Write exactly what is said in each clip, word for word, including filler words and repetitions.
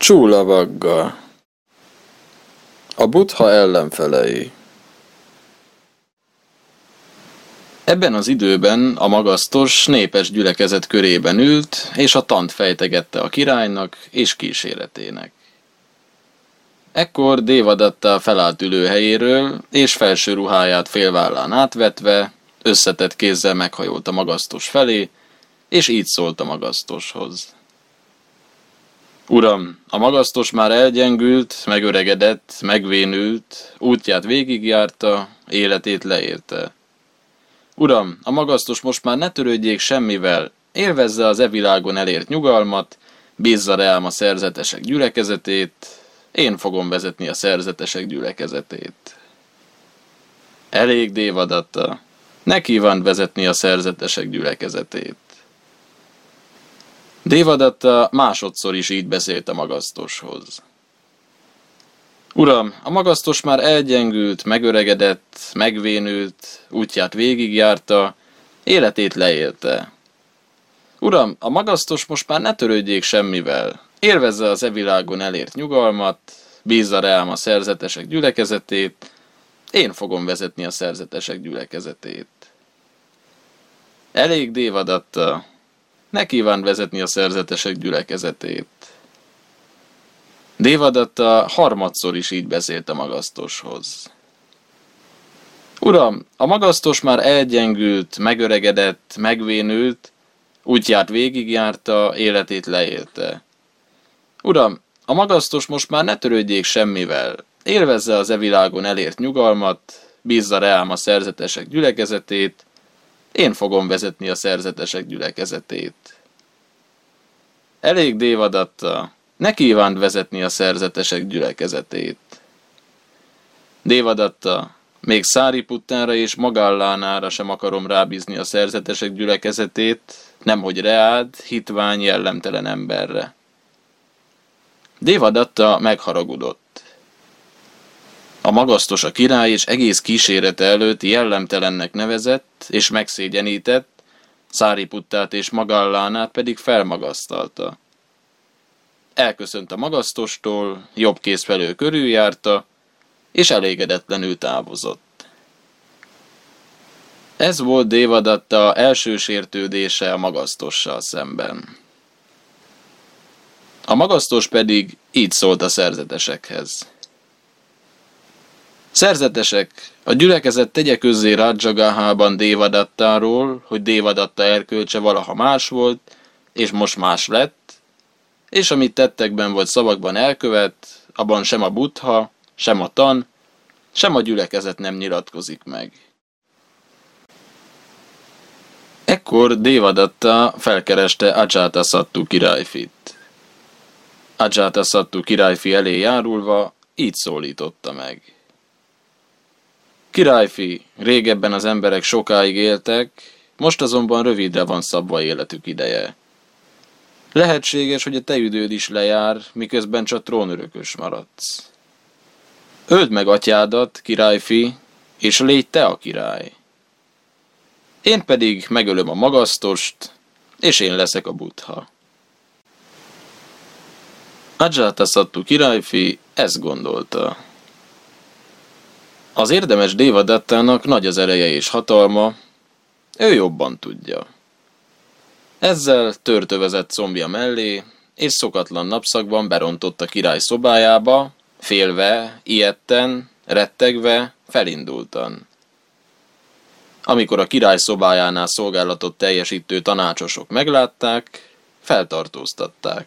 Csulavagga. A Buddha ellenfelei. Ebben az időben a magasztos, népes gyülekezet körében ült, és a tant fejtegette a királynak és kíséretének. Ekkor Devadatta felállt ülőhelyéről, és felső ruháját félvállán átvetve, összetett kézzel meghajolt a magasztos felé, és így szólt a magasztoshoz. Uram, a magasztos már elgyengült, megöregedett, megvénült, útját végigjárta, életét leérte. Uram, a magasztos most már ne törődjék semmivel, élvezze az e világon elért nyugalmat, bízza reám a szerzetesek gyülekezetét, én fogom vezetni a szerzetesek gyülekezetét. Elég, Devadatta, ne kívánt vezetni a szerzetesek gyülekezetét. Devadatta másodszor is így beszélt a magasztoshoz. Uram, a magasztos már elgyengült, megöregedett, megvénült, útját végigjárta, életét leélte. Uram, a magasztos most már ne törődjék semmivel, élvezze az e világon elért nyugalmat, bízza reám a szerzetesek gyülekezetét, én fogom vezetni a szerzetesek gyülekezetét. Elég, Devadatta, ne kívánt vezetni a szerzetesek gyülekezetét. Devadatta harmadszor is így beszélt a magasztoshoz. Uram, a magasztos már elgyengült, megöregedett, megvénült, útját végigjárta, életét leélte. Uram, a magasztos most már ne törődjék semmivel, élvezze az e világon elért nyugalmat, bízza reám a szerzetesek gyülekezetét, én fogom vezetni a szerzetesek gyülekezetét. Elég, Devadatta, ne kívánt vezetni a szerzetesek gyülekezetét. Devadatta, még Száriputtára és Magallánára sem akarom rábízni a szerzetesek gyülekezetét, nemhogy reád, hitvány, jellemtelen emberre. Devadatta megharagudott. A magasztos a király és egész kísérete előtt jellemtelennek nevezett és megszégyenített, Száriputtát és Magallánát pedig felmagasztalta. Elköszönt a magasztostól, jobb kéz felől körüljárta, és elégedetlenül távozott. Ez volt Devadatta első sértődése a magasztossal szemben. A magasztos pedig így szólt a szerzetesekhez. Szerzetesek, a gyülekezet tegye közzé Rajagaha-ban Devadattáról, hogy Devadatta erkölcse valaha más volt, és most más lett, és amit tettekben vagy szavakban elkövet, abban sem a Buddha, sem a tan, sem a gyülekezet nem nyilatkozik meg. Ekkor Devadatta felkereste Ajatasattu királyfit. Ajatasattu királyfi elé járulva így szólította meg. Királyfi, régebben az emberek sokáig éltek, most azonban rövidre van szabva életük ideje. Lehetséges, hogy a te időd is lejár, miközben csak trónörökös maradsz. Öld meg atyádat, királyfi, és légy te a király. Én pedig megölöm a magasztost, és én leszek a Buddha. Ajatasattu királyfi ezt gondolta. Az érdemes Devadattának nagy az ereje és hatalma, ő jobban tudja. Ezzel törtövezett combja mellé, és szokatlan napszakban berontott a király szobájába, félve, ijedten, rettegve, felindultan. Amikor a király szobájánál szolgálatot teljesítő tanácsosok meglátták, feltartóztatták.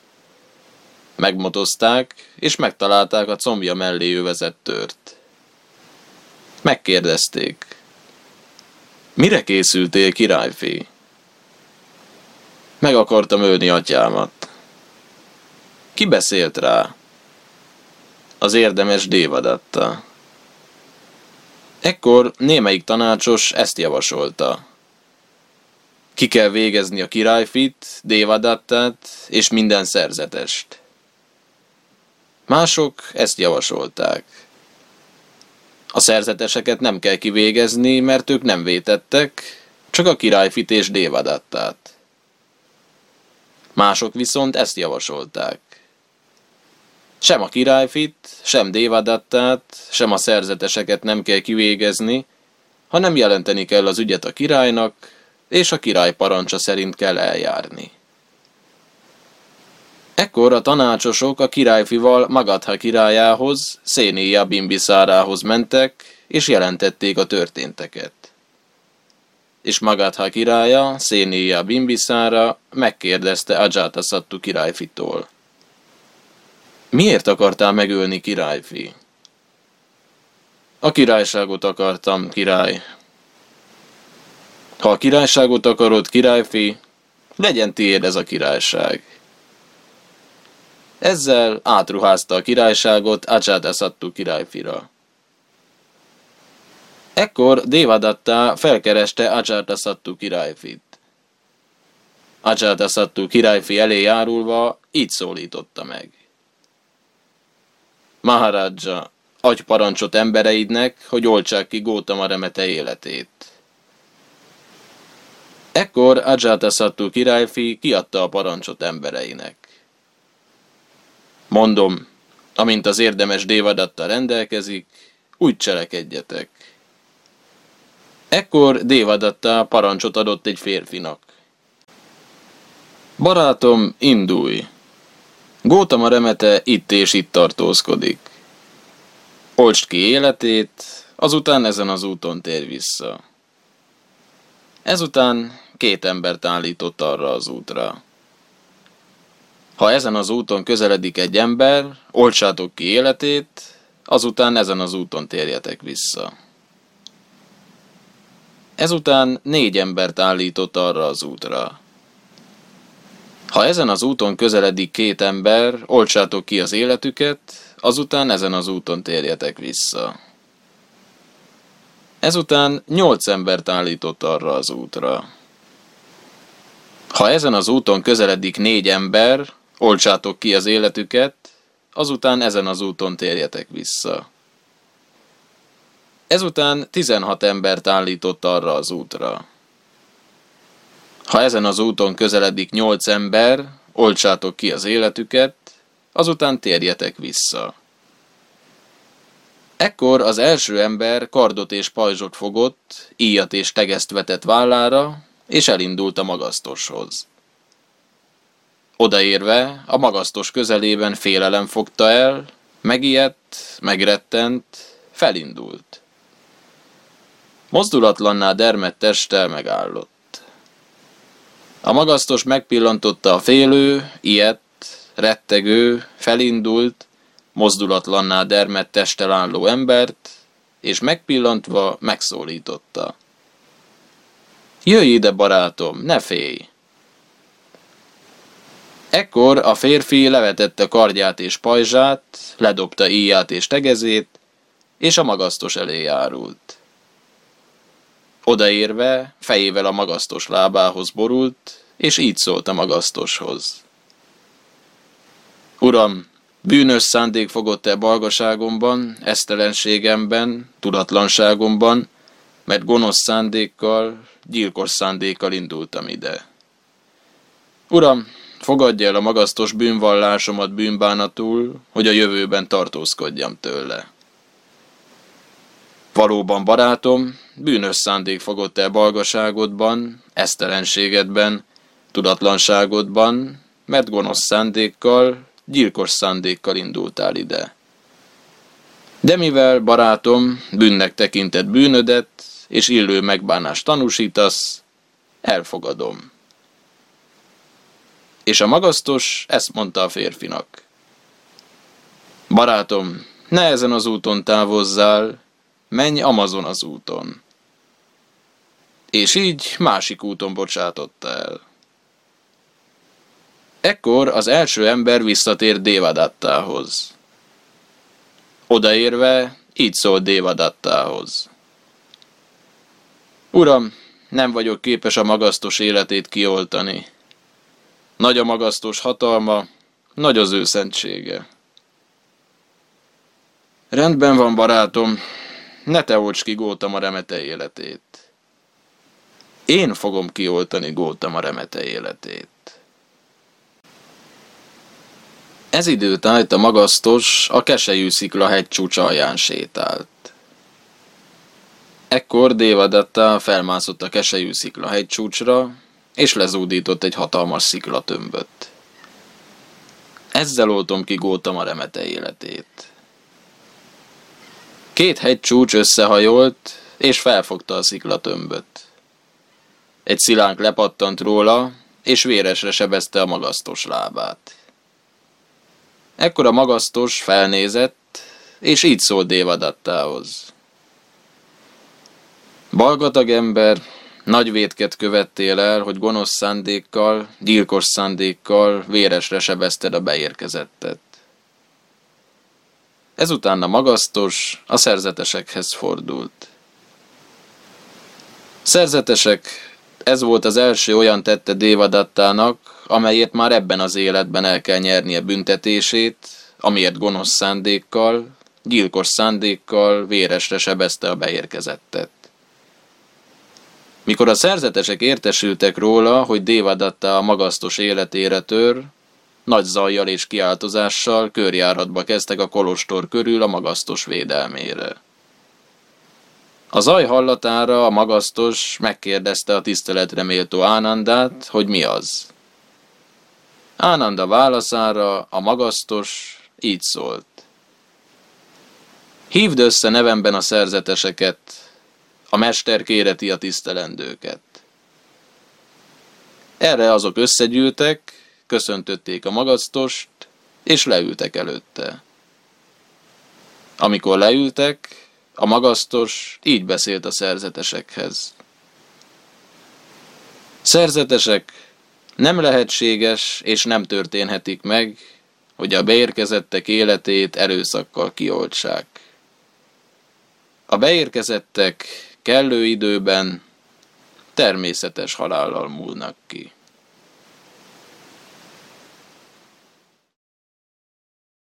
Megmotozták, és megtalálták a combja mellé övezett tört. Megkérdezték. Mire készültél, királyfi? Meg akartam ölni atyámat. Ki beszélt rá? Az érdemes Devadatta. Ekkor némelyik tanácsos ezt javasolta. Ki kell végezni a királyfit, Devadattát és minden szerzetest. Mások ezt javasolták. A szerzeteseket nem kell kivégezni, mert ők nem vétettek, csak a királyfit és Devadattát. Mások viszont ezt javasolták. Sem a királyfit, sem Devadattát, sem a szerzeteseket nem kell kivégezni, hanem jelenteni kell az ügyet a királynak, és a király parancsa szerint kell eljárni. Ekkor a tanácsosok a királyfival Magadha királyához, Szénéja Bimbiszárához mentek, és jelentették a történteket. És Magadha királya, Szénéja Bimbiszára megkérdezte Ajátasattu királyfitól: miért akartál megölni, királyfi? A királyságot akartam, király. Ha a királyságot akarod, királyfi, legyen tiéd ez a királyság. Ezzel átruházta a királyságot Ajátasattu királyfira. Ekkor Devadatta felkereste Ajátasattu királyfit. Ajátasattu királyfi elé járulva így szólította meg: Maharaja, adj parancsot embereidnek, hogy oltsák ki Gautama remete életét. Ekkor Ajátasattu királyfi kiadta a parancsot embereinek. Mondom, amint az érdemes Devadatta rendelkezik, úgy cselekedjetek. Ekkor Devadatta parancsot adott egy férfinak. Barátom, indulj! Gautama remete itt és itt tartózkodik. Oltsd ki életét, azután ezen az úton térj vissza. Ezután két embert állított arra az útra. Ha ezen az úton közeledik egy ember, oltsátok ki életét, azután ezen az úton térjetek vissza. Ezután négy embert állított arra az útra. Ha ezen az úton közeledik két ember, oltsátok ki az életüket, azután ezen az úton térjetek vissza. Ezután nyolc embert állított arra az útra. Ha ezen az úton közeledik négy ember, oltsátok ki az életüket, azután ezen az úton térjetek vissza. Ezután tizenhat embert állított arra az útra. Ha ezen az úton közeledik nyolc ember, oltsátok ki az életüket, azután térjetek vissza. Ekkor az első ember kardot és pajzsot fogott, íjat és tegeszt vetett vállára, és elindult a magasztoshoz. Odaérve, a magasztos közelében félelem fogta el, megijedt, megrettent, felindult. Mozdulatlanná dermedt testtel megállott. A magasztos megpillantotta a félő, ijedt, rettegő, felindult, mozdulatlanná dermedt testtel álló embert, és megpillantva megszólította. Jöjj ide, barátom, ne félj! Ekkor a férfi levetette kardját és pajzsát, ledobta íját és tegezét, és a magasztos elé járult. Odaérve, fejével a magasztos lábához borult, és így szólt a magasztoshoz. Uram, bűnös szándék fogott-e balgaságomban, esztelenségemben, tudatlanságomban, mert gonosz szándékkal, gyilkos szándékkal indultam ide. Uram, fogadja el a magasztos bűnvallásomat bűnbánatul, hogy a jövőben tartózkodjam tőle. Valóban, barátom, bűnös szándék fogott el balgaságodban, esztelenségedben, tudatlanságodban, mert gonosz szándékkal, gyilkos szándékkal indultál ide. De mivel, barátom, bűnnek tekintett bűnödet, és illő megbánást tanúsítasz, elfogadom. És a magasztos ezt mondta a férfinak. Barátom, ne ezen az úton távozzál, menj Amazon az úton. És így másik úton bocsátotta el. Ekkor az első ember visszatért Devadattához. Odaérve így szólt Devadattához. Uram, nem vagyok képes a magasztos életét kioltani. Nagy a magasztos hatalma, nagy az ő szentsége. Rendben van, barátom, ne te olts ki Gautama remete életét. Én fogom kioltani Gautama remete életét. Ez időtájt a magasztos a Keselyű szikla hegycsúcs alján sétált. Ekkor Devadatta felmászott a Keselyű szikla hegycsúcsra, és lezúdított egy hatalmas sziklatömböt. Ezzel oltom ki Gótama remete életét. Két hegycsúcs összehajolt, és felfogta a sziklatömböt. Egy szilánk lepattant róla, és véresre sebezte a magasztos lábát. Ekkor a magasztos felnézett, és így szólt Devadattához. Balgatag ember, nagy vétket követtél el, hogy gonosz szándékkal, gyilkos szándékkal véresre sebezted a beérkezettet. Ezután a magasztos a szerzetesekhez fordult. Szerzetesek, ez volt az első olyan tette Devadattának, amelyért már ebben az életben el kell nyernie büntetését, amiért gonosz szándékkal, gyilkos szándékkal véresre sebezte a beérkezettet. Mikor a szerzetesek értesültek róla, hogy Devadatta a magasztos életére tör, nagy zajjal és kiáltozással körjáratba kezdtek a kolostor körül a magasztos védelmére. A zaj hallatára a magasztos megkérdezte a tiszteletre méltó Ánandát, hogy mi az. Ánanda válaszára a magasztos így szólt. Hívd össze nevemben a szerzeteseket, a mester kéreti a tisztelendőket. Erre azok összegyűltek, köszöntötték a magasztost, és leültek előtte. Amikor leültek, a magasztos így beszélt a szerzetesekhez. Szerzetesek, nem lehetséges és nem történhetik meg, hogy a beérkezettek életét erőszakkal kioltsák. A beérkezettek kellő időben természetes halállal múlnak ki.